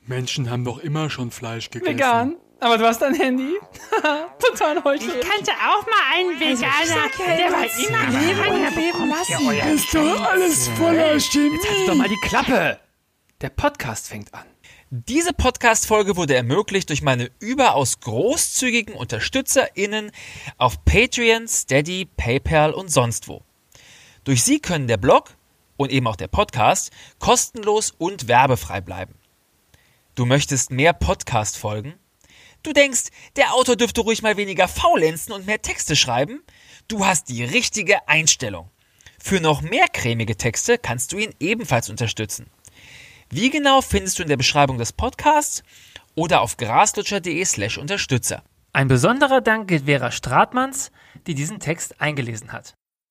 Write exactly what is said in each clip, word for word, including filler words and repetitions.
Menschen haben doch immer schon Fleisch gegessen. Vegan? Aber du hast ein Handy? Total heuchlerisch. Ich kannte auch mal einen Veganer. Der war immer leben lassen. Das ist doch alles voller Chemie. Jetzt halt doch mal die Klappe. Der Podcast fängt an. Diese Podcast-Folge wurde ermöglicht durch meine überaus großzügigen UnterstützerInnen auf Patreon, Steady, PayPal und sonst wo. Durch sie können der Blog und eben auch der Podcast kostenlos und werbefrei bleiben. Du möchtest mehr Podcast-Folgen? Du denkst, der Autor dürfte ruhig mal weniger faulenzen und mehr Texte schreiben? Du hast die richtige Einstellung. Für noch mehr cremige Texte kannst du ihn ebenfalls unterstützen. Wie genau findest du in der Beschreibung des Podcasts oder auf graslutscher.de slash Unterstützer. Ein besonderer Dank gilt Vera Stratmanns, die diesen Text eingelesen hat.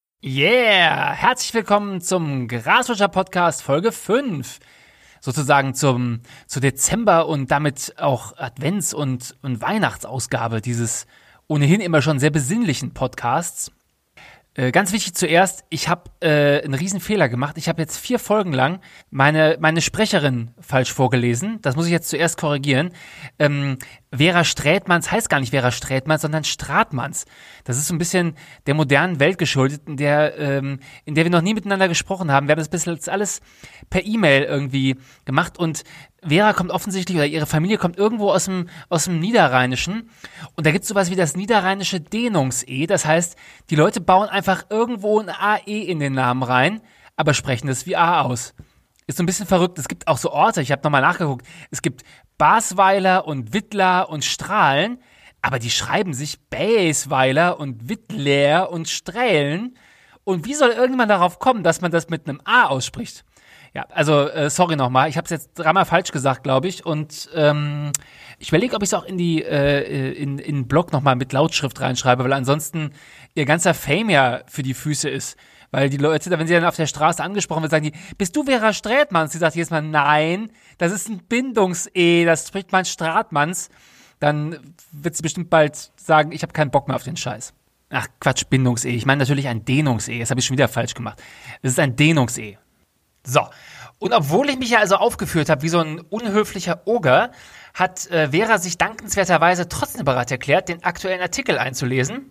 Yeah! Herzlich willkommen zum Graslutscher Podcast Folge fünf. Sozusagen zum, zur Dezember- und damit auch Advents- und, und Weihnachtsausgabe dieses ohnehin immer schon sehr besinnlichen Podcasts. Äh, ganz wichtig zuerst, ich habe äh, einen riesen Fehler gemacht. Ich habe jetzt vier Folgen lang meine, meine Sprecherin falsch vorgelesen. Das muss ich jetzt zuerst korrigieren. Ähm, Vera Strätmanns heißt gar nicht Vera Strätmanns, sondern Stratmanns. Das ist so ein bisschen der modernen Welt geschuldet, in der, ähm, in der wir noch nie miteinander gesprochen haben. Wir haben das bis jetzt alles per E-Mail irgendwie gemacht und Vera kommt offensichtlich, oder ihre Familie kommt irgendwo aus dem, aus dem Niederrheinischen. Und da gibt es sowas wie das niederrheinische Dehnungs-E. Das heißt, die Leute bauen einfach irgendwo ein A E in den Namen rein, aber sprechen das wie A aus. Ist so ein bisschen verrückt. Es gibt auch so Orte, ich habe nochmal nachgeguckt, es gibt Basweiler und Wittler und Strahlen, aber die schreiben sich Baesweiler und Wittler und Strählen. Und wie soll irgendjemand darauf kommen, dass man das mit einem A ausspricht? Ja, also äh, sorry nochmal, ich habe es jetzt dreimal falsch gesagt, glaube ich. Und ähm, ich überlege, ob ich es auch in die äh, in, in den Blog nochmal mit Lautschrift reinschreibe, weil ansonsten ihr ganzer Fame ja für die Füße ist. Weil die Leute, wenn sie dann auf der Straße angesprochen wird, sagen die, bist du Vera Strätmanns? Sie sagt jedes Mal, nein, das ist ein Bindungs-E, das spricht man Stratmanns. Dann wird sie bestimmt bald sagen, ich habe keinen Bock mehr auf den Scheiß. Ach Quatsch, Bindungs-E. Ich meine natürlich ein Dehnungs-E. Das habe ich schon wieder falsch gemacht. Es ist ein Dehnungs-E. So, und obwohl ich mich ja also aufgeführt habe wie so ein unhöflicher Oger, hat äh, Vera sich dankenswerterweise trotzdem bereit erklärt, den aktuellen Artikel einzulesen,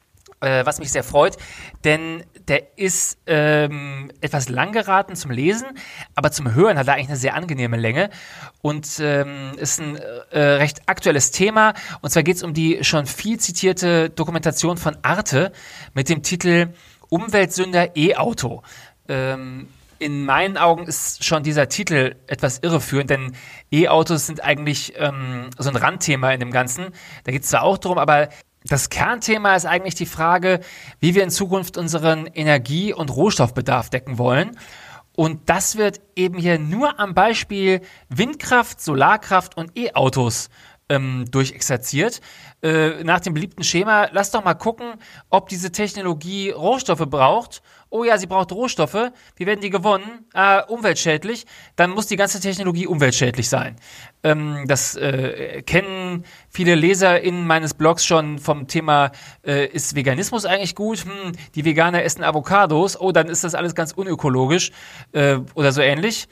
äh, was mich sehr freut, denn der ist ähm, etwas lang geraten zum Lesen, aber zum Hören hat er eigentlich eine sehr angenehme Länge und ähm, ist ein äh, recht aktuelles Thema, und zwar geht es um die schon viel zitierte Dokumentation von Arte mit dem Titel Umweltsünder E-Auto. Ähm, In meinen Augen ist schon dieser Titel etwas irreführend, denn E-Autos sind eigentlich ähm, so ein Randthema in dem Ganzen. Da geht es zwar auch drum, aber das Kernthema ist eigentlich die Frage, wie wir in Zukunft unseren Energie- und Rohstoffbedarf decken wollen. Und das wird eben hier nur am Beispiel Windkraft, Solarkraft und E-Autos ähm, durchexerziert. Äh, nach dem beliebten Schema, lass doch mal gucken, ob diese Technologie Rohstoffe braucht. Oh ja, sie braucht Rohstoffe. Wie werden die gewonnen? Äh, umweltschädlich. Dann muss die ganze Technologie umweltschädlich sein. Ähm, das äh, kennen viele LeserInnen meines Blogs schon vom Thema, äh, ist Veganismus eigentlich gut? Hm, die Veganer essen Avocados. Oh, dann ist das alles ganz unökologisch äh, oder so ähnlich.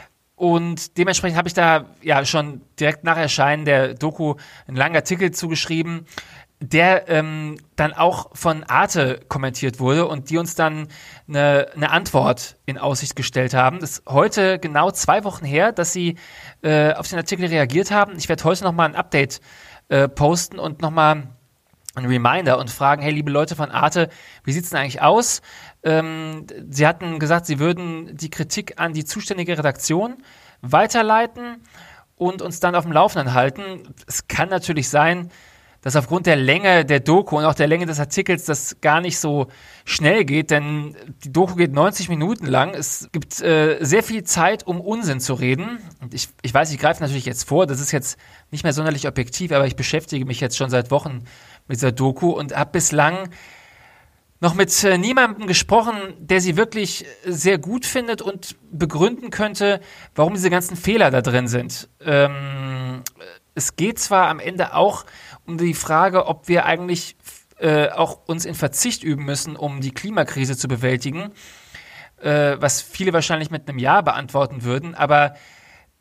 Und dementsprechend habe ich da ja schon direkt nach Erscheinen der Doku einen langen Artikel zugeschrieben, der ähm, dann auch von Arte kommentiert wurde und die uns dann eine, eine Antwort in Aussicht gestellt haben. Das ist heute genau zwei Wochen her, dass sie äh, auf den Artikel reagiert haben. Ich werde heute nochmal ein Update äh, posten und nochmal ein Reminder und fragen, hey, liebe Leute von Arte, wie sieht's denn eigentlich aus? Ähm, sie hatten gesagt, sie würden die Kritik an die zuständige Redaktion weiterleiten und uns dann auf dem Laufenden halten. Es kann natürlich sein, dass aufgrund der Länge der Doku und auch der Länge des Artikels das gar nicht so schnell geht, denn die Doku geht neunzig Minuten lang. Es gibt äh, sehr viel Zeit, um Unsinn zu reden. Und ich, ich weiß, ich greife natürlich jetzt vor, das ist jetzt nicht mehr sonderlich objektiv, aber ich beschäftige mich jetzt schon seit Wochen mit dieser Doku und habe bislang noch mit äh, niemandem gesprochen, der sie wirklich sehr gut findet und begründen könnte, warum diese ganzen Fehler da drin sind. Ähm, es geht zwar am Ende auch um die Frage, ob wir eigentlich äh, auch uns in Verzicht üben müssen, um die Klimakrise zu bewältigen, äh, was viele wahrscheinlich mit einem Ja beantworten würden, aber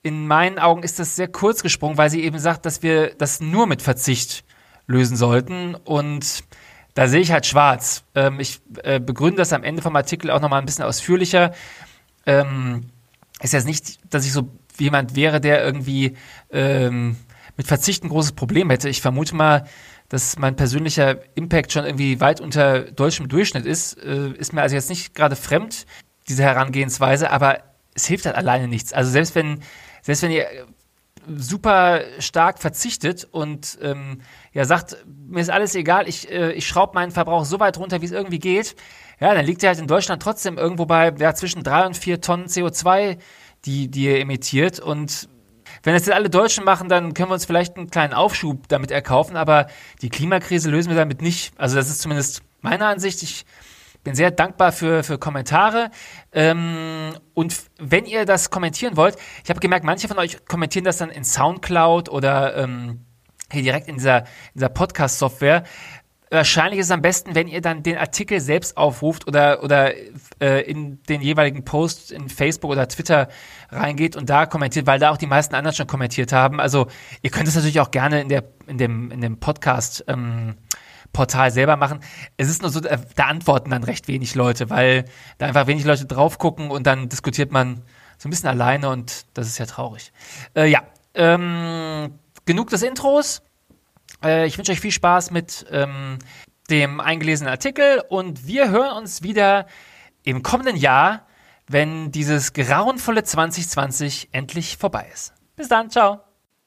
in meinen Augen ist das sehr kurz gesprungen, weil sie eben sagt, dass wir das nur mit Verzicht lösen sollten. Und da sehe ich halt schwarz. Ähm, ich äh, begründe das am Ende vom Artikel auch nochmal ein bisschen ausführlicher. Ähm, ist jetzt nicht, dass ich so jemand wäre, der irgendwie ähm, mit Verzicht ein großes Problem hätte. Ich vermute mal, dass mein persönlicher Impact schon irgendwie weit unter deutschem Durchschnitt ist. Äh, ist mir also jetzt nicht gerade fremd, diese Herangehensweise, aber es hilft halt alleine nichts. Also selbst wenn Selbst wenn ihr super stark verzichtet und ähm, ja sagt, mir ist alles egal, ich, äh, ich schraube meinen Verbrauch so weit runter, wie es irgendwie geht, ja, dann liegt ihr halt in Deutschland trotzdem irgendwo bei ja, zwischen drei und vier Tonnen C O zwei, die, die ihr emittiert. Und wenn das jetzt alle Deutschen machen, dann können wir uns vielleicht einen kleinen Aufschub damit erkaufen, aber die Klimakrise lösen wir damit nicht. Also das ist zumindest meine Ansicht. Ich bin sehr dankbar für, für Kommentare. Ähm, und wenn ihr das kommentieren wollt, ich habe gemerkt, manche von euch kommentieren das dann in Soundcloud oder ähm, hier direkt in dieser, in dieser Podcast-Software. Wahrscheinlich ist es am besten, wenn ihr dann den Artikel selbst aufruft oder, oder äh, in den jeweiligen Post in Facebook oder Twitter reingeht und da kommentiert, weil da auch die meisten anderen schon kommentiert haben. Also ihr könnt es natürlich auch gerne in, der, in, dem, in dem Podcast ähm, Portal selber machen. Es ist nur so, da antworten dann recht wenig Leute, weil da einfach wenig Leute drauf gucken und dann diskutiert man so ein bisschen alleine und das ist ja traurig. Äh, ja, ähm, genug des Intros. Äh, ich wünsche euch viel Spaß mit ähm, dem eingelesenen Artikel und wir hören uns wieder im kommenden Jahr, wenn dieses grauenvolle zwanzig zwanzig endlich vorbei ist. Bis dann, ciao.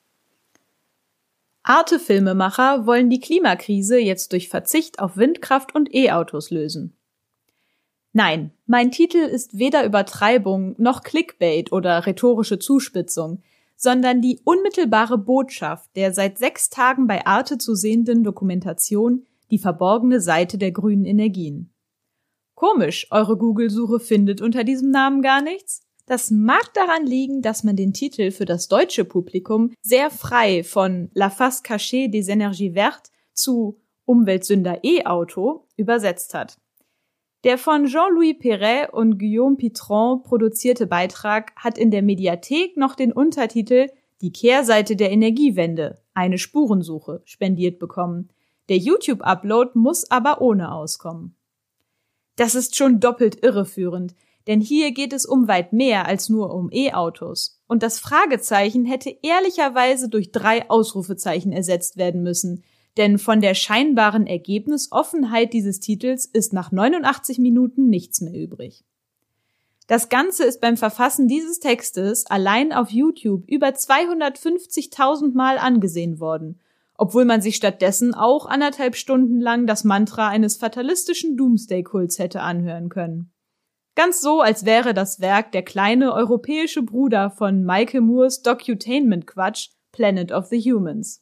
Arte-Filmemacher wollen die Klimakrise jetzt durch Verzicht auf Windkraft und E-Autos lösen. Nein, mein Titel ist weder Übertreibung noch Clickbait oder rhetorische Zuspitzung, sondern die unmittelbare Botschaft der seit sechs Tagen bei Arte zu sehenden Dokumentation Die verborgene Seite der grünen Energien. Komisch, eure Google-Suche findet unter diesem Namen gar nichts? Das mag daran liegen, dass man den Titel für das deutsche Publikum sehr frei von La face cachée des énergies vertes zu Umweltsünder E-Auto übersetzt hat. Der von Jean-Louis Perret und Guillaume Pitron produzierte Beitrag hat in der Mediathek noch den Untertitel Die Kehrseite der Energiewende, eine Spurensuche, spendiert bekommen. Der YouTube-Upload muss aber ohne auskommen. Das ist schon doppelt irreführend, denn hier geht es um weit mehr als nur um E-Autos. Und das Fragezeichen hätte ehrlicherweise durch drei Ausrufezeichen ersetzt werden müssen, denn von der scheinbaren Ergebnisoffenheit dieses Titels ist nach neunundachtzig Minuten nichts mehr übrig. Das Ganze ist beim Verfassen dieses Textes allein auf YouTube über zweihundertfünfzigtausend Mal angesehen worden, obwohl man sich stattdessen auch anderthalb Stunden lang das Mantra eines fatalistischen Doomsday-Kults hätte anhören können. Ganz so, als wäre das Werk der kleine europäische Bruder von Michael Moores Docutainment-Quatsch Planet of the Humans.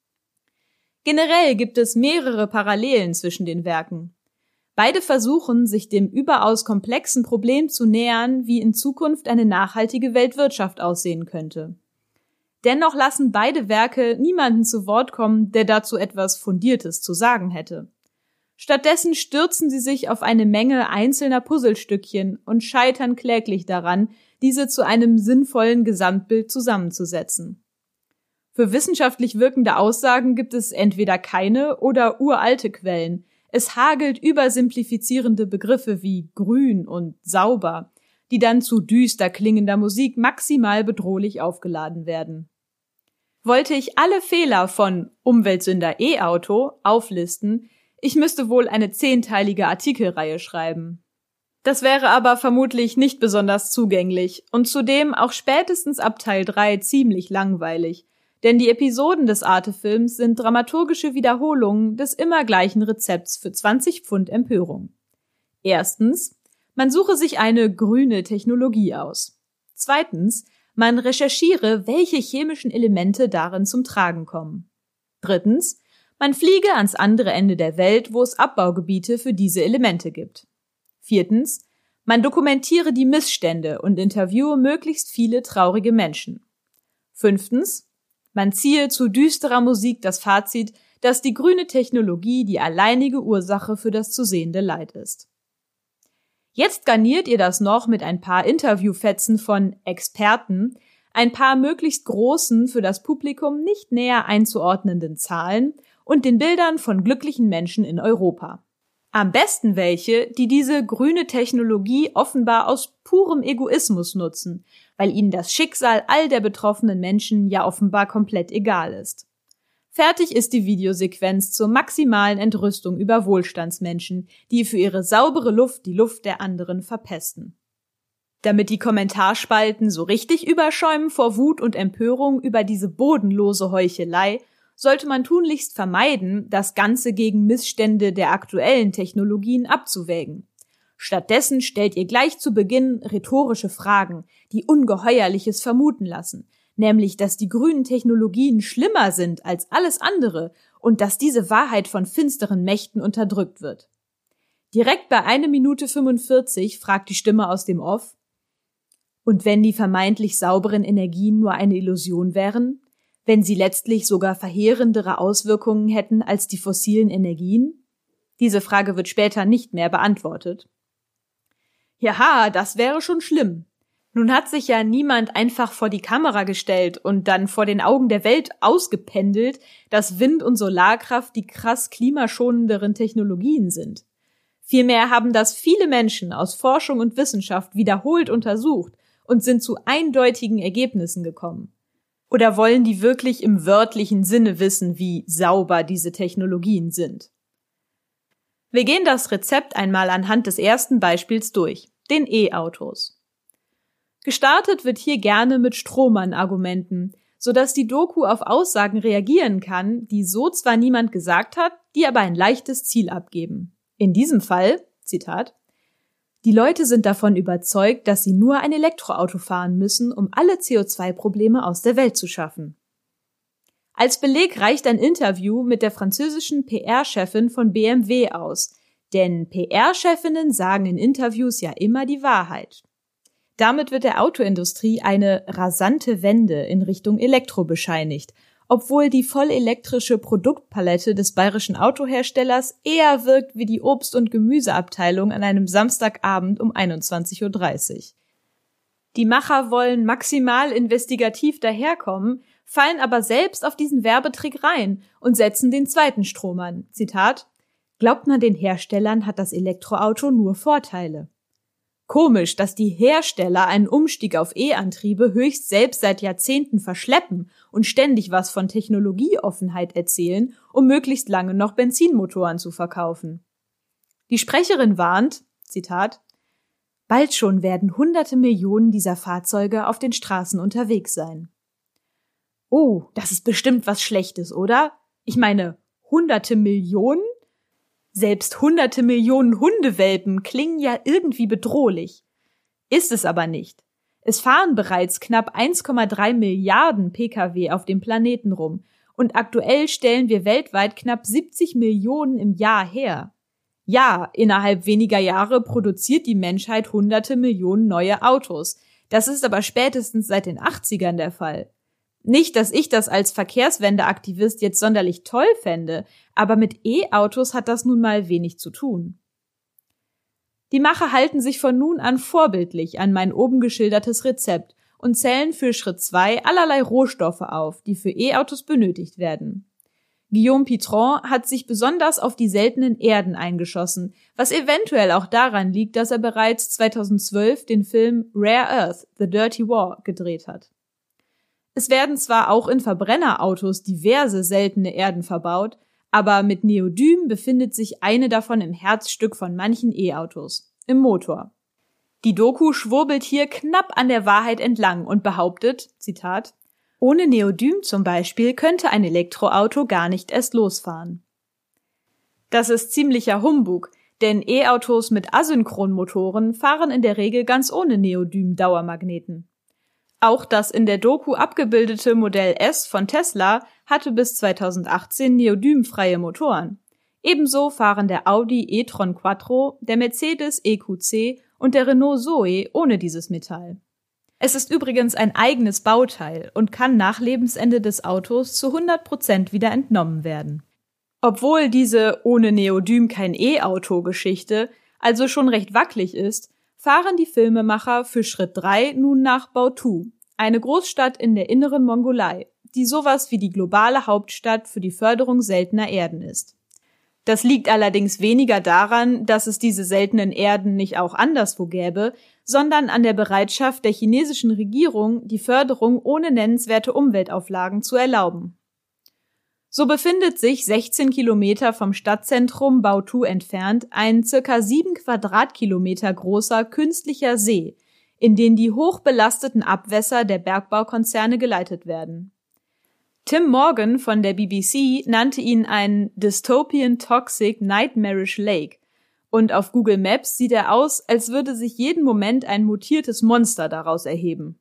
Generell gibt es mehrere Parallelen zwischen den Werken. Beide versuchen, sich dem überaus komplexen Problem zu nähern, wie in Zukunft eine nachhaltige Weltwirtschaft aussehen könnte. Dennoch lassen beide Werke niemanden zu Wort kommen, der dazu etwas Fundiertes zu sagen hätte. Stattdessen stürzen sie sich auf eine Menge einzelner Puzzlestückchen und scheitern kläglich daran, diese zu einem sinnvollen Gesamtbild zusammenzusetzen. Für wissenschaftlich wirkende Aussagen gibt es entweder keine oder uralte Quellen. Es hagelt übersimplifizierende Begriffe wie grün und sauber, die dann zu düster klingender Musik maximal bedrohlich aufgeladen werden. Wollte ich alle Fehler von Umweltsünder E-Auto auflisten, ich müsste wohl eine zehnteilige Artikelreihe schreiben. Das wäre aber vermutlich nicht besonders zugänglich und zudem auch spätestens ab Teil drei ziemlich langweilig, denn die Episoden des Arte-Films sind dramaturgische Wiederholungen des immer gleichen Rezepts für zwanzig Pfund Empörung. Erstens, man suche sich eine grüne Technologie aus. Zweitens, man recherchiere, welche chemischen Elemente darin zum Tragen kommen. Drittens, man fliege ans andere Ende der Welt, wo es Abbaugebiete für diese Elemente gibt. Viertens, man dokumentiere die Missstände und interviewe möglichst viele traurige Menschen. Fünftens, man ziehe zu düsterer Musik das Fazit, dass die grüne Technologie die alleinige Ursache für das zu sehende Leid ist. Jetzt garniert ihr das noch mit ein paar Interviewfetzen von Experten, ein paar möglichst großen, für das Publikum nicht näher einzuordnenden Zahlen und den Bildern von glücklichen Menschen in Europa. Am besten welche, die diese grüne Technologie offenbar aus purem Egoismus nutzen, weil ihnen das Schicksal all der betroffenen Menschen ja offenbar komplett egal ist. Fertig ist die Videosequenz zur maximalen Entrüstung über Wohlstandsmenschen, die für ihre saubere Luft die Luft der anderen verpesten. Damit die Kommentarspalten so richtig überschäumen vor Wut und Empörung über diese bodenlose Heuchelei, sollte man tunlichst vermeiden, das Ganze gegen Missstände der aktuellen Technologien abzuwägen. Stattdessen stellt ihr gleich zu Beginn rhetorische Fragen, die Ungeheuerliches vermuten lassen, nämlich, dass die grünen Technologien schlimmer sind als alles andere und dass diese Wahrheit von finsteren Mächten unterdrückt wird. Direkt bei eine Minute fünfundvierzig fragt die Stimme aus dem Off: Und wenn die vermeintlich sauberen Energien nur eine Illusion wären? Wenn sie letztlich sogar verheerendere Auswirkungen hätten als die fossilen Energien? Diese Frage wird später nicht mehr beantwortet. Jaha, das wäre schon schlimm. Nun hat sich ja niemand einfach vor die Kamera gestellt und dann vor den Augen der Welt ausgependelt, dass Wind- und Solarkraft die krass klimaschonenderen Technologien sind. Vielmehr haben das viele Menschen aus Forschung und Wissenschaft wiederholt untersucht und sind zu eindeutigen Ergebnissen gekommen. Oder wollen die wirklich im wörtlichen Sinne wissen, wie sauber diese Technologien sind? Wir gehen das Rezept einmal anhand des ersten Beispiels durch, den E-Autos. Gestartet wird hier gerne mit Strohmann-Argumenten, sodass die Doku auf Aussagen reagieren kann, die so zwar niemand gesagt hat, die aber ein leichtes Ziel abgeben. In diesem Fall, Zitat, die Leute sind davon überzeugt, dass sie nur ein Elektroauto fahren müssen, um alle C O zwei Probleme aus der Welt zu schaffen. Als Beleg reicht ein Interview mit der französischen P R-Chefin von B M W aus, denn P R-Chefinnen sagen in Interviews ja immer die Wahrheit. Damit wird der Autoindustrie eine rasante Wende in Richtung Elektro bescheinigt, obwohl die vollelektrische Produktpalette des bayerischen Autoherstellers eher wirkt wie die Obst- und Gemüseabteilung an einem Samstagabend um einundzwanzig Uhr dreißig. Die Macher wollen maximal investigativ daherkommen, fallen aber selbst auf diesen Werbetrick rein und setzen den zweiten Strom an. Zitat: Glaubt man den Herstellern, hat das Elektroauto nur Vorteile. Komisch, dass die Hersteller einen Umstieg auf E-Antriebe höchst selbst seit Jahrzehnten verschleppen und ständig was von Technologieoffenheit erzählen, um möglichst lange noch Benzinmotoren zu verkaufen. Die Sprecherin warnt, Zitat, bald schon werden hunderte Millionen dieser Fahrzeuge auf den Straßen unterwegs sein. Oh, das ist bestimmt was Schlechtes, oder? Ich meine, hunderte Millionen? Selbst hunderte Millionen Hundewelpen klingen ja irgendwie bedrohlich. Ist es aber nicht. Es fahren bereits knapp eins Komma drei Milliarden Pkw auf dem Planeten rum und aktuell stellen wir weltweit knapp siebzig Millionen im Jahr her. Ja, innerhalb weniger Jahre produziert die Menschheit hunderte Millionen neue Autos. Das ist aber spätestens seit den achtzigern der Fall. Nicht, dass ich das als Verkehrswendeaktivist jetzt sonderlich toll fände, aber mit E-Autos hat das nun mal wenig zu tun. Die Macher halten sich von nun an vorbildlich an mein oben geschildertes Rezept und zählen für Schritt zwei allerlei Rohstoffe auf, die für E-Autos benötigt werden. Guillaume Pitron hat sich besonders auf die seltenen Erden eingeschossen, was eventuell auch daran liegt, dass er bereits zweitausendzwölf den Film Rare Earth – The Dirty War gedreht hat. Es werden zwar auch in Verbrennerautos diverse seltene Erden verbaut, aber mit Neodym befindet sich eine davon im Herzstück von manchen E-Autos, im Motor. Die Doku schwurbelt hier knapp an der Wahrheit entlang und behauptet, Zitat, ohne Neodym zum Beispiel könnte ein Elektroauto gar nicht erst losfahren. Das ist ziemlicher Humbug, denn E-Autos mit Asynchronmotoren fahren in der Regel ganz ohne Neodym-Dauermagneten. Auch das in der Doku abgebildete Modell S von Tesla hatte bis zweitausendachtzehn neodymfreie Motoren. Ebenso fahren der Audi e-tron Quattro, der Mercedes E Q C und der Renault Zoe ohne dieses Metall. Es ist übrigens ein eigenes Bauteil und kann nach Lebensende des Autos zu hundert Prozent wieder entnommen werden. Obwohl diese ohne Neodym kein E-Auto-Geschichte also schon recht wackelig ist, fahren die Filmemacher für Schritt drei nun nach Baotou, eine Großstadt in der inneren Mongolei, die sowas wie die globale Hauptstadt für die Förderung seltener Erden ist. Das liegt allerdings weniger daran, dass es diese seltenen Erden nicht auch anderswo gäbe, sondern an der Bereitschaft der chinesischen Regierung, die Förderung ohne nennenswerte Umweltauflagen zu erlauben. So befindet sich sechzehn Kilometer vom Stadtzentrum Baotou entfernt ein circa sieben Quadratkilometer großer künstlicher See, in den die hochbelasteten Abwässer der Bergbaukonzerne geleitet werden. Tim Morgan von der B B C nannte ihn einen Dystopian Toxic Nightmarish Lake und auf Google Maps sieht er aus, als würde sich jeden Moment ein mutiertes Monster daraus erheben.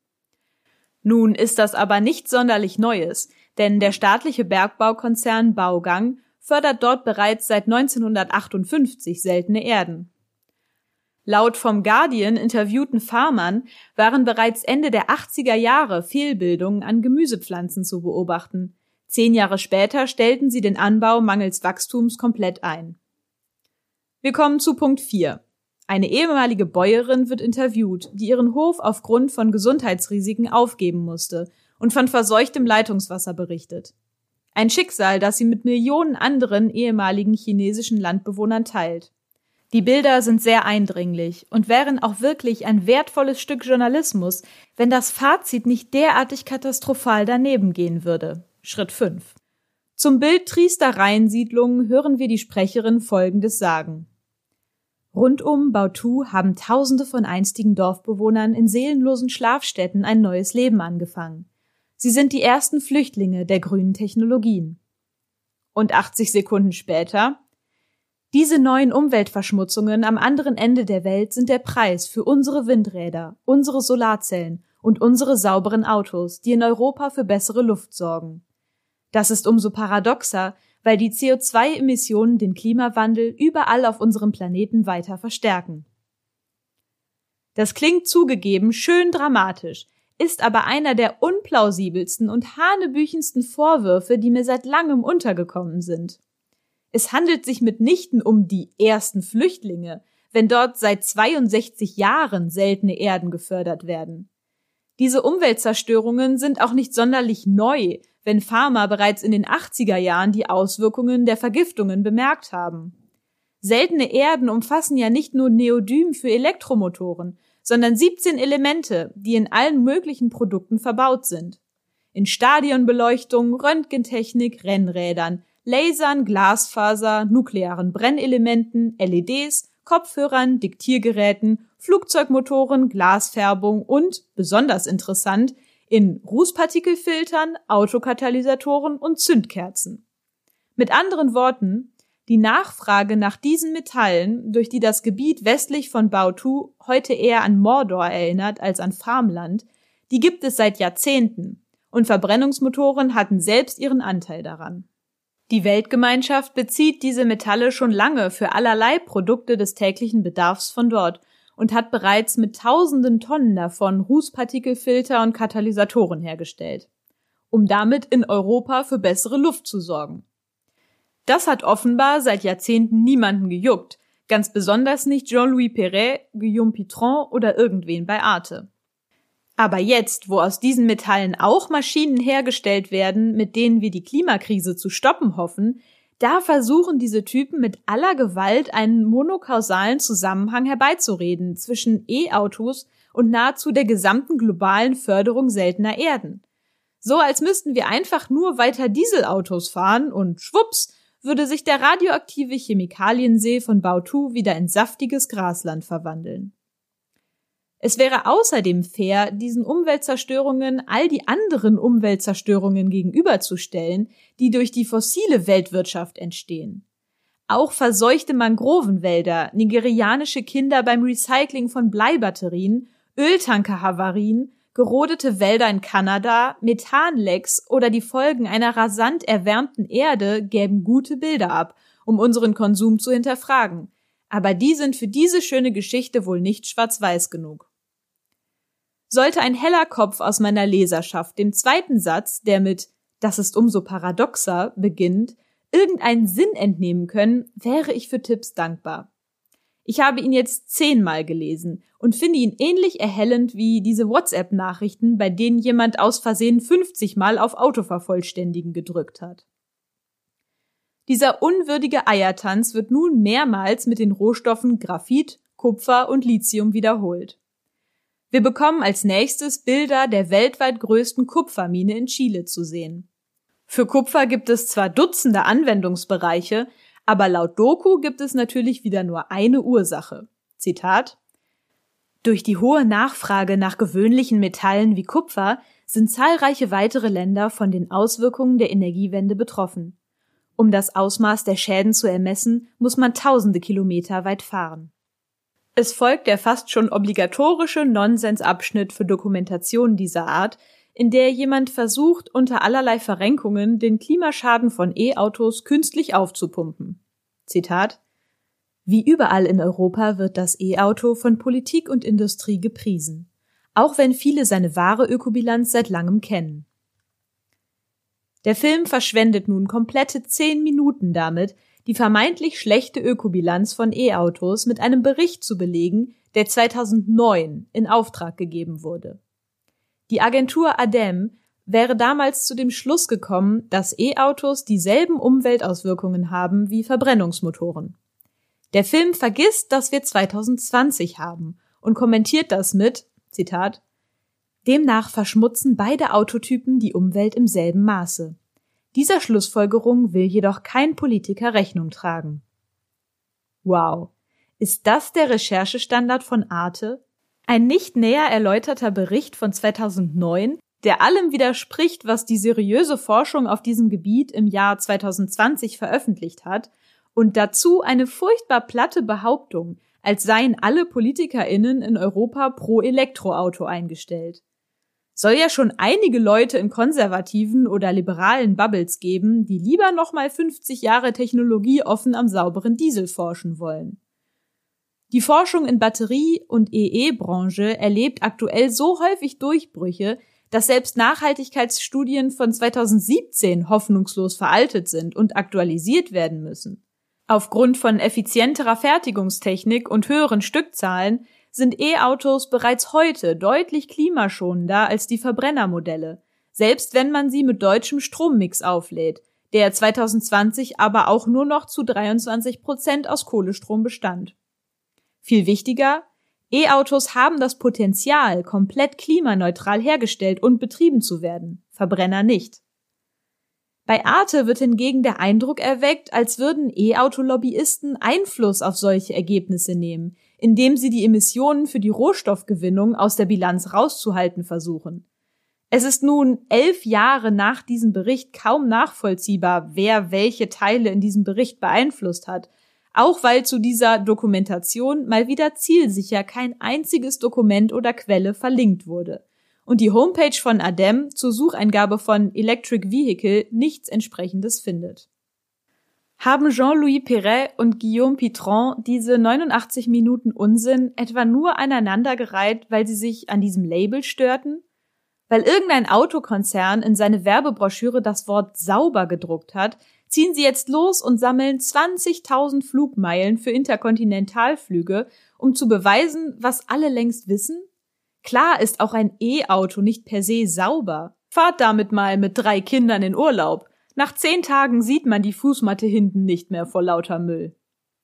Nun ist das aber nichts sonderlich Neues, denn der staatliche Bergbaukonzern Baogang fördert dort bereits seit neunzehnhundertachtundfünfzig seltene Erden. Laut vom Guardian interviewten Farmern waren bereits Ende der achtziger Jahre Fehlbildungen an Gemüsepflanzen zu beobachten. Zehn Jahre später stellten sie den Anbau mangels Wachstums komplett ein. Wir kommen zu Punkt vier. Eine ehemalige Bäuerin wird interviewt, die ihren Hof aufgrund von Gesundheitsrisiken aufgeben musste und von verseuchtem Leitungswasser berichtet. Ein Schicksal, das sie mit Millionen anderen ehemaligen chinesischen Landbewohnern teilt. Die Bilder sind sehr eindringlich und wären auch wirklich ein wertvolles Stück Journalismus, wenn das Fazit nicht derartig katastrophal daneben gehen würde. Schritt fünf. Zum Bild triester Reihensiedlungen hören wir die Sprecherin Folgendes sagen. Rund um Baotou haben Tausende von einstigen Dorfbewohnern in seelenlosen Schlafstätten ein neues Leben angefangen. Sie sind die ersten Flüchtlinge der grünen Technologien. Und achtzig Sekunden später: Diese neuen Umweltverschmutzungen am anderen Ende der Welt sind der Preis für unsere Windräder, unsere Solarzellen und unsere sauberen Autos, die in Europa für bessere Luft sorgen. Das ist umso paradoxer, weil die C O zwei Emissionen den Klimawandel überall auf unserem Planeten weiter verstärken. Das klingt zugegeben schön dramatisch, ist aber einer der unplausibelsten und hanebüchensten Vorwürfe, die mir seit langem untergekommen sind. Es handelt sich mitnichten um die ersten Flüchtlinge, wenn dort seit zweiundsechzig Jahren seltene Erden gefördert werden. Diese Umweltzerstörungen sind auch nicht sonderlich neu, wenn Farmer bereits in den achtziger Jahren die Auswirkungen der Vergiftungen bemerkt haben. Seltene Erden umfassen ja nicht nur Neodym für Elektromotoren, sondern siebzehn Elemente, die in allen möglichen Produkten verbaut sind. In Stadionbeleuchtung, Röntgentechnik, Rennrädern, Lasern, Glasfaser, nuklearen Brennelementen, L E Ds, Kopfhörern, Diktiergeräten, Flugzeugmotoren, Glasfärbung und, besonders interessant, in Rußpartikelfiltern, Autokatalysatoren und Zündkerzen. Mit anderen Worten, die Nachfrage nach diesen Metallen, durch die das Gebiet westlich von Baotou heute eher an Mordor erinnert als an Farmland, die gibt es seit Jahrzehnten, und Verbrennungsmotoren hatten selbst ihren Anteil daran. Die Weltgemeinschaft bezieht diese Metalle schon lange für allerlei Produkte des täglichen Bedarfs von dort und hat bereits mit tausenden Tonnen davon Rußpartikelfilter und Katalysatoren hergestellt, um damit in Europa für bessere Luft zu sorgen. Das hat offenbar seit Jahrzehnten niemanden gejuckt, ganz besonders nicht Jean-Louis Perret, Guillaume Pitron oder irgendwen bei Arte. Aber jetzt, wo aus diesen Metallen auch Maschinen hergestellt werden, mit denen wir die Klimakrise zu stoppen hoffen, da versuchen diese Typen mit aller Gewalt einen monokausalen Zusammenhang herbeizureden zwischen E-Autos und nahezu der gesamten globalen Förderung seltener Erden. So als müssten wir einfach nur weiter Dieselautos fahren und schwupps würde sich der radioaktive Chemikaliensee von Baotou wieder in saftiges Grasland verwandeln. Es wäre außerdem fair, diesen Umweltzerstörungen all die anderen Umweltzerstörungen gegenüberzustellen, die durch die fossile Weltwirtschaft entstehen. Auch verseuchte Mangrovenwälder, nigerianische Kinder beim Recycling von Bleibatterien, Öltankerhavarien, gerodete Wälder in Kanada, Methanlecks oder die Folgen einer rasant erwärmten Erde gäben gute Bilder ab, um unseren Konsum zu hinterfragen. Aber die sind für diese schöne Geschichte wohl nicht schwarz-weiß genug. Sollte ein heller Kopf aus meiner Leserschaft dem zweiten Satz, der mit »Das ist umso paradoxer« beginnt, irgendeinen Sinn entnehmen können, wäre ich für Tipps dankbar. Ich habe ihn jetzt zehnmal gelesen und finde ihn ähnlich erhellend wie diese WhatsApp-Nachrichten, bei denen jemand aus Versehen fünfzig Mal auf Autovervollständigen gedrückt hat. Dieser unwürdige Eiertanz wird nun mehrmals mit den Rohstoffen Graphit, Kupfer und Lithium wiederholt. Wir bekommen als nächstes Bilder der weltweit größten Kupfermine in Chile zu sehen. Für Kupfer gibt es zwar Dutzende Anwendungsbereiche, aber laut Doku gibt es natürlich wieder nur eine Ursache. Zitat: Durch die hohe Nachfrage nach gewöhnlichen Metallen wie Kupfer sind zahlreiche weitere Länder von den Auswirkungen der Energiewende betroffen. Um das Ausmaß der Schäden zu ermessen, muss man tausende Kilometer weit fahren. Es folgt der fast schon obligatorische Nonsensabschnitt für Dokumentationen dieser Art, in der jemand versucht, unter allerlei Verrenkungen den Klimaschaden von E-Autos künstlich aufzupumpen. Zitat: Wie überall in Europa wird das E-Auto von Politik und Industrie gepriesen, auch wenn viele seine wahre Ökobilanz seit langem kennen. Der Film verschwendet nun komplette zehn Minuten damit, die vermeintlich schlechte Ökobilanz von E-Autos mit einem Bericht zu belegen, der zweitausendneun in Auftrag gegeben wurde. Die Agentur A D E M wäre damals zu dem Schluss gekommen, dass E-Autos dieselben Umweltauswirkungen haben wie Verbrennungsmotoren. Der Film vergisst, dass wir zweitausendzwanzig haben und kommentiert das mit, Zitat: Demnach verschmutzen beide Autotypen die Umwelt im selben Maße. Dieser Schlussfolgerung will jedoch kein Politiker Rechnung tragen. Wow, ist das der Recherchestandard von Arte? Ein nicht näher erläuterter Bericht von zweitausendneun, der allem widerspricht, was die seriöse Forschung auf diesem Gebiet im Jahr zweitausendzwanzig veröffentlicht hat, und dazu eine furchtbar platte Behauptung, als seien alle PolitikerInnen in Europa pro Elektroauto eingestellt. Soll ja schon einige Leute in konservativen oder liberalen Bubbles geben, die lieber nochmal fünfzig Jahre technologieoffen am sauberen Diesel forschen wollen. Die Forschung in Batterie- und E E-Branche erlebt aktuell so häufig Durchbrüche, dass selbst Nachhaltigkeitsstudien von zweitausendsiebzehn hoffnungslos veraltet sind und aktualisiert werden müssen. Aufgrund von effizienterer Fertigungstechnik und höheren Stückzahlen sind E-Autos bereits heute deutlich klimaschonender als die Verbrennermodelle, selbst wenn man sie mit deutschem Strommix auflädt, der zweitausendzwanzig aber auch nur noch zu dreiundzwanzig Prozent aus Kohlestrom bestand. Viel wichtiger, E-Autos haben das Potenzial, komplett klimaneutral hergestellt und betrieben zu werden, Verbrenner nicht. Bei Arte wird hingegen der Eindruck erweckt, als würden E-Auto-Lobbyisten Einfluss auf solche Ergebnisse nehmen, indem sie die Emissionen für die Rohstoffgewinnung aus der Bilanz rauszuhalten versuchen. Es ist nun elf Jahre nach diesem Bericht kaum nachvollziehbar, wer welche Teile in diesem Bericht beeinflusst hat, auch weil zu dieser Dokumentation mal wieder zielsicher kein einziges Dokument oder Quelle verlinkt wurde und die Homepage von A D E M zur Sucheingabe von Electric Vehicle nichts Entsprechendes findet. Haben Jean-Louis Perret und Guillaume Pitron diese neunundachtzig Minuten Unsinn etwa nur aneinandergereiht, weil sie sich an diesem Label störten? Weil irgendein Autokonzern in seine Werbebroschüre das Wort sauber gedruckt hat, ziehen sie jetzt los und sammeln zwanzigtausend Flugmeilen für Interkontinentalflüge, um zu beweisen, was alle längst wissen? Klar ist auch ein E-Auto nicht per se sauber. Fahrt damit mal mit drei Kindern in Urlaub. Nach zehn Tagen sieht man die Fußmatte hinten nicht mehr vor lauter Müll.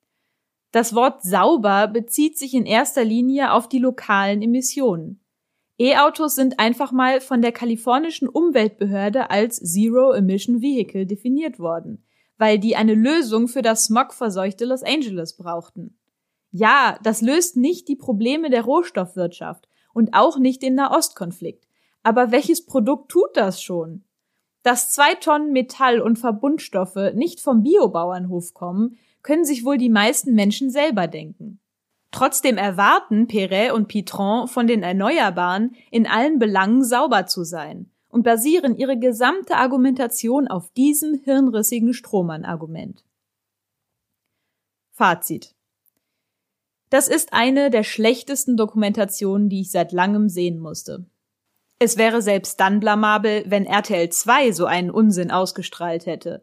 Das Wort sauber bezieht sich in erster Linie auf die lokalen Emissionen. E-Autos sind einfach mal von der kalifornischen Umweltbehörde als Zero-Emission Vehicle definiert worden, weil die eine Lösung für das smogverseuchte Los Angeles brauchten. Ja, das löst nicht die Probleme der Rohstoffwirtschaft und auch nicht den Nahostkonflikt. Aber welches Produkt tut das schon? Dass zwei Tonnen Metall und Verbundstoffe nicht vom Biobauernhof kommen, können sich wohl die meisten Menschen selber denken. Trotzdem erwarten Perret und Pitron von den Erneuerbaren, in allen Belangen sauber zu sein und basieren ihre gesamte Argumentation auf diesem hirnrissigen Strohmann-Argument. Fazit: Das ist eine der schlechtesten Dokumentationen, die ich seit langem sehen musste. Es wäre selbst dann blamabel, wenn R T L zwei so einen Unsinn ausgestrahlt hätte.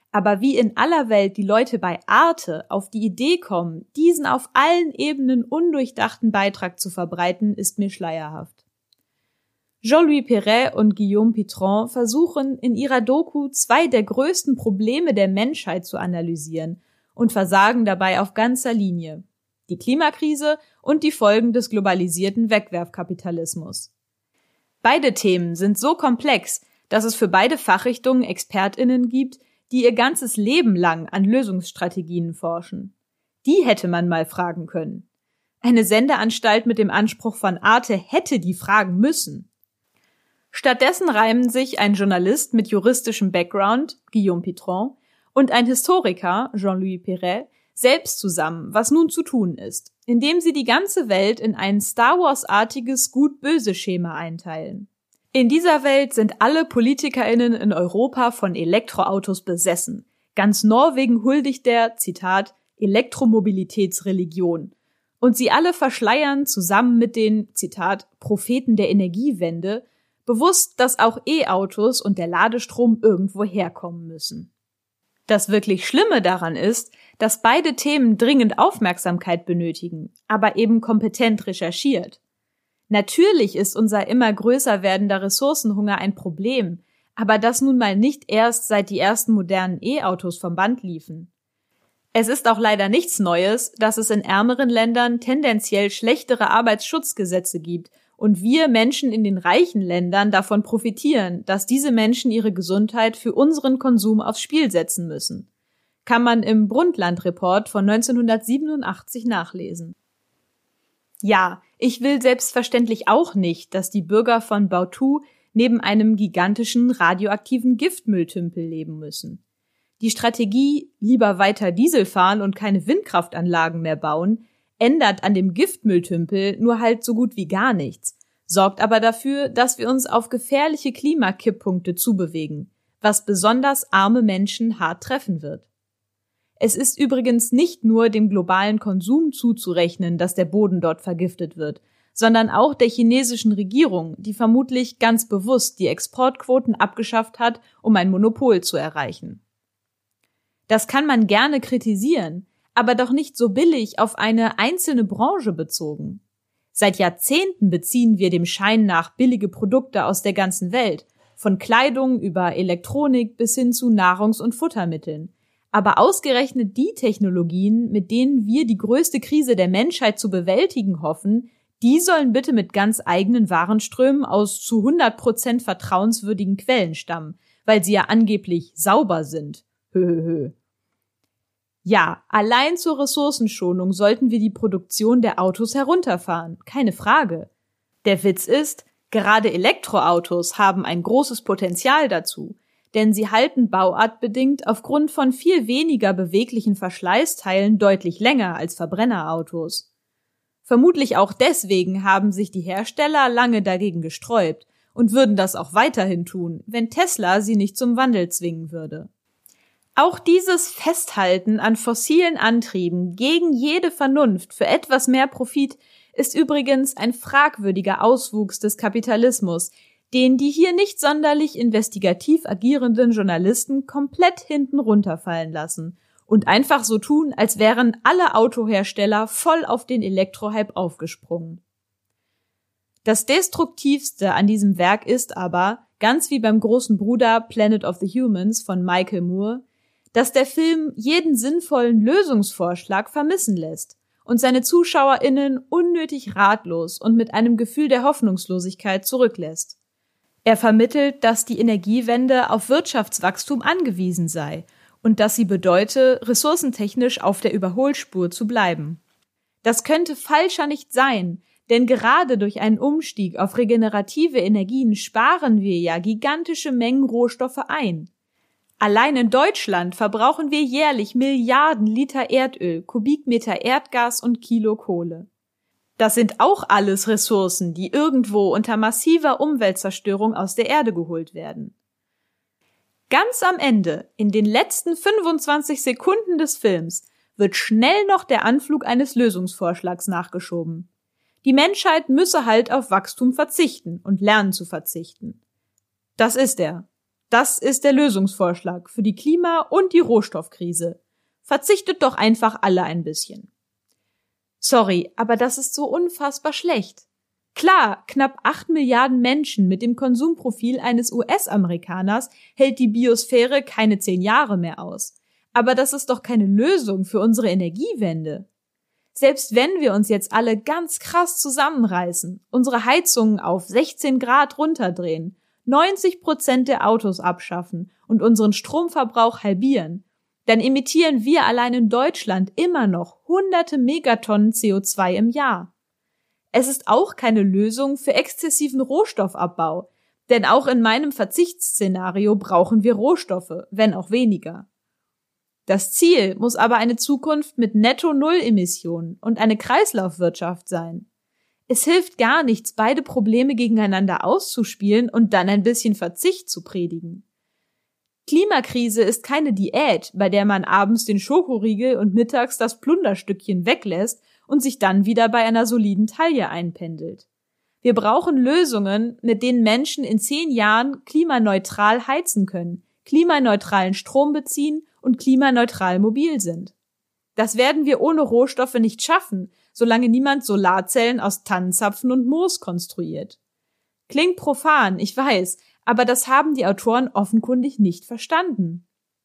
Aber wie in aller Welt die Leute bei Arte auf die Idee kommen, diesen auf allen Ebenen undurchdachten Beitrag zu verbreiten, ist mir schleierhaft. Jean-Louis Perret und Guillaume Pitron versuchen in ihrer Doku zwei der größten Probleme der Menschheit zu analysieren und versagen dabei auf ganzer Linie: die Klimakrise und die Folgen des globalisierten Wegwerfkapitalismus. Beide Themen sind so komplex, dass es für beide Fachrichtungen ExpertInnen gibt, die ihr ganzes Leben lang an Lösungsstrategien forschen. Die hätte man mal fragen können. Eine Sendeanstalt mit dem Anspruch von Arte hätte die fragen müssen. Stattdessen reimen sich ein Journalist mit juristischem Background, Guillaume Pitron, und ein Historiker, Jean-Louis Perret, selbst zusammen, was nun zu tun ist, indem sie die ganze Welt in ein Star Wars-artiges Gut-Böse-Schema einteilen. In dieser Welt sind alle PolitikerInnen in Europa von Elektroautos besessen. Ganz Norwegen huldigt der, Zitat, Elektromobilitätsreligion. Und sie alle verschleiern zusammen mit den, Zitat, Propheten der Energiewende bewusst, dass auch E-Autos und der Ladestrom irgendwo herkommen müssen. Das wirklich Schlimme daran ist, dass beide Themen dringend Aufmerksamkeit benötigen, aber eben kompetent recherchiert. Natürlich ist unser immer größer werdender Ressourcenhunger ein Problem, aber das nun mal nicht erst seit die ersten modernen E-Autos vom Band liefen. Es ist auch leider nichts Neues, dass es in ärmeren Ländern tendenziell schlechtere Arbeitsschutzgesetze gibt und wir Menschen in den reichen Ländern davon profitieren, dass diese Menschen ihre Gesundheit für unseren Konsum aufs Spiel setzen müssen. Kann man im Brundtland-Report von neunzehnhundertsiebenundachtzig nachlesen. Ja, ich will selbstverständlich auch nicht, dass die Bürger von Bautu neben einem gigantischen radioaktiven Giftmülltümpel leben müssen. Die Strategie, lieber weiter Diesel fahren und keine Windkraftanlagen mehr bauen, ändert an dem Giftmülltümpel nur halt so gut wie gar nichts, sorgt aber dafür, dass wir uns auf gefährliche Klimakipppunkte zubewegen, was besonders arme Menschen hart treffen wird. Es ist übrigens nicht nur dem globalen Konsum zuzurechnen, dass der Boden dort vergiftet wird, sondern auch der chinesischen Regierung, die vermutlich ganz bewusst die Exportquoten abgeschafft hat, um ein Monopol zu erreichen. Das kann man gerne kritisieren, aber doch nicht so billig auf eine einzelne Branche bezogen. Seit Jahrzehnten beziehen wir dem Schein nach billige Produkte aus der ganzen Welt, von Kleidung über Elektronik bis hin zu Nahrungs- und Futtermitteln. Aber ausgerechnet die Technologien, mit denen wir die größte Krise der Menschheit zu bewältigen hoffen, die sollen bitte mit ganz eigenen Warenströmen aus zu hundert Prozent vertrauenswürdigen Quellen stammen, weil sie ja angeblich sauber sind. Höhöhö. Ja, allein zur Ressourcenschonung sollten wir die Produktion der Autos herunterfahren, keine Frage. Der Witz ist, gerade Elektroautos haben ein großes Potenzial dazu, denn sie halten bauartbedingt aufgrund von viel weniger beweglichen Verschleißteilen deutlich länger als Verbrennerautos. Vermutlich auch deswegen haben sich die Hersteller lange dagegen gesträubt und würden das auch weiterhin tun, wenn Tesla sie nicht zum Wandel zwingen würde. Auch dieses Festhalten an fossilen Antrieben gegen jede Vernunft für etwas mehr Profit ist übrigens ein fragwürdiger Auswuchs des Kapitalismus, den die hier nicht sonderlich investigativ agierenden Journalisten komplett hinten runterfallen lassen und einfach so tun, als wären alle Autohersteller voll auf den Elektrohype aufgesprungen. Das Destruktivste an diesem Werk ist aber, ganz wie beim großen Bruder Planet of the Humans von Michael Moore, dass der Film jeden sinnvollen Lösungsvorschlag vermissen lässt und seine ZuschauerInnen unnötig ratlos und mit einem Gefühl der Hoffnungslosigkeit zurücklässt. Er vermittelt, dass die Energiewende auf Wirtschaftswachstum angewiesen sei und dass sie bedeute, ressourcentechnisch auf der Überholspur zu bleiben. Das könnte falscher nicht sein, denn gerade durch einen Umstieg auf regenerative Energien sparen wir ja gigantische Mengen Rohstoffe ein. Allein in Deutschland verbrauchen wir jährlich Milliarden Liter Erdöl, Kubikmeter Erdgas und Kilo Kohle. Das sind auch alles Ressourcen, die irgendwo unter massiver Umweltzerstörung aus der Erde geholt werden. Ganz am Ende, in den letzten fünfundzwanzig Sekunden des Films, wird schnell noch der Anflug eines Lösungsvorschlags nachgeschoben. Die Menschheit müsse halt auf Wachstum verzichten und lernen zu verzichten. Das ist er. Das ist der Lösungsvorschlag für die Klima- und die Rohstoffkrise. Verzichtet doch einfach alle ein bisschen. Sorry, aber das ist so unfassbar schlecht. Klar, knapp acht Milliarden Menschen mit dem Konsumprofil eines U S-Amerikaners hält die Biosphäre keine zehn Jahre mehr aus. Aber das ist doch keine Lösung für unsere Energiewende. Selbst wenn wir uns jetzt alle ganz krass zusammenreißen, unsere Heizungen auf sechzehn Grad runterdrehen, neunzig Prozent der Autos abschaffen und unseren Stromverbrauch halbieren, dann emittieren wir allein in Deutschland immer noch hunderte Megatonnen C O zwei im Jahr. Es ist auch keine Lösung für exzessiven Rohstoffabbau, denn auch in meinem Verzichtsszenario brauchen wir Rohstoffe, wenn auch weniger. Das Ziel muss aber eine Zukunft mit Netto-Null-Emissionen und eine Kreislaufwirtschaft sein. Es hilft gar nichts, beide Probleme gegeneinander auszuspielen und dann ein bisschen Verzicht zu predigen. Klimakrise ist keine Diät, bei der man abends den Schokoriegel und mittags das Plunderstückchen weglässt und sich dann wieder bei einer soliden Taille einpendelt. Wir brauchen Lösungen, mit denen Menschen in zehn Jahren klimaneutral heizen können, klimaneutralen Strom beziehen und klimaneutral mobil sind. Das werden wir ohne Rohstoffe nicht schaffen, solange niemand Solarzellen aus Tannenzapfen und Moos konstruiert. Klingt profan, ich weiß, aber das haben die Autoren offenkundig nicht verstanden.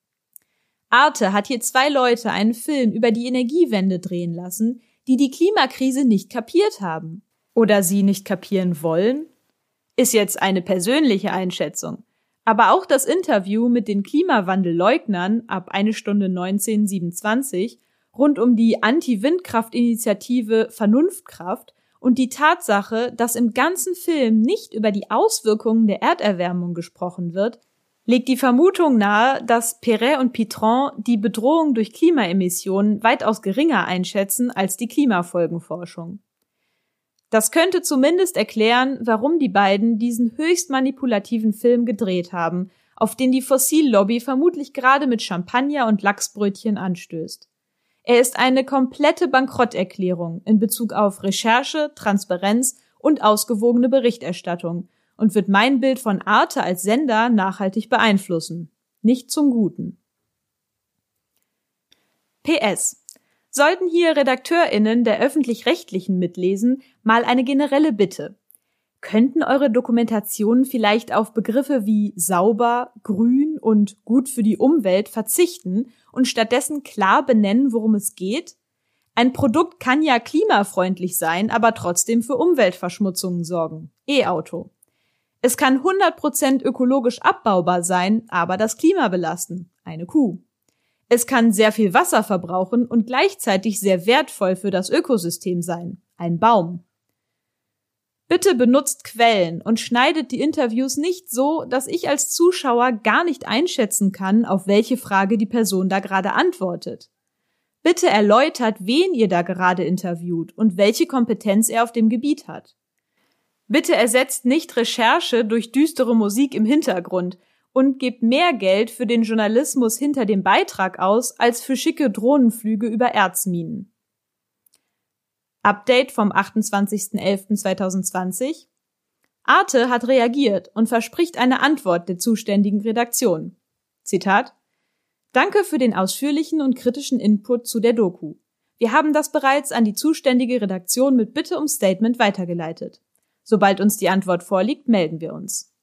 Arte hat hier zwei Leute einen Film über die Energiewende drehen lassen, die die Klimakrise nicht kapiert haben. Oder sie nicht kapieren wollen? Ist jetzt eine persönliche Einschätzung. Aber auch das Interview mit den Klimawandelleugnern ab eine Stunde neunzehn siebenundzwanzig rund um die Anti-Windkraft-Initiative Vernunftkraft und die Tatsache, dass im ganzen Film nicht über die Auswirkungen der Erderwärmung gesprochen wird, legt die Vermutung nahe, dass Perret und Pitron die Bedrohung durch Klimaemissionen weitaus geringer einschätzen als die Klimafolgenforschung. Das könnte zumindest erklären, warum die beiden diesen höchst manipulativen Film gedreht haben, auf den die Fossillobby vermutlich gerade mit Champagner und Lachsbrötchen anstößt. Er ist eine komplette Bankrotterklärung in Bezug auf Recherche, Transparenz und ausgewogene Berichterstattung und wird mein Bild von Arte als Sender nachhaltig beeinflussen. Nicht zum Guten. P S. Sollten hier RedakteurInnen der Öffentlich-Rechtlichen mitlesen, mal eine generelle Bitte. Könnten eure Dokumentationen vielleicht auf Begriffe wie sauber, grün und gut für die Umwelt verzichten und stattdessen klar benennen, worum es geht? Ein Produkt kann ja klimafreundlich sein, aber trotzdem für Umweltverschmutzungen sorgen. E-Auto. Es kann hundert Prozent ökologisch abbaubar sein, aber das Klima belasten. Eine Kuh. Es kann sehr viel Wasser verbrauchen und gleichzeitig sehr wertvoll für das Ökosystem sein. Ein Baum. Bitte benutzt Quellen und schneidet die Interviews nicht so, dass ich als Zuschauer gar nicht einschätzen kann, auf welche Frage die Person da gerade antwortet. Bitte erläutert, wen ihr da gerade interviewt und welche Kompetenz er auf dem Gebiet hat. Bitte ersetzt nicht Recherche durch düstere Musik im Hintergrund und gebt mehr Geld für den Journalismus hinter dem Beitrag aus, als für schicke Drohnenflüge über Erzminen. Update vom achtundzwanzigsten elften zweitausendzwanzig. Arte hat reagiert und verspricht eine Antwort der zuständigen Redaktion. Zitat: Danke für den ausführlichen und kritischen Input zu der Doku. Wir haben das bereits an die zuständige Redaktion mit Bitte um Statement weitergeleitet. Sobald uns die Antwort vorliegt, melden wir uns.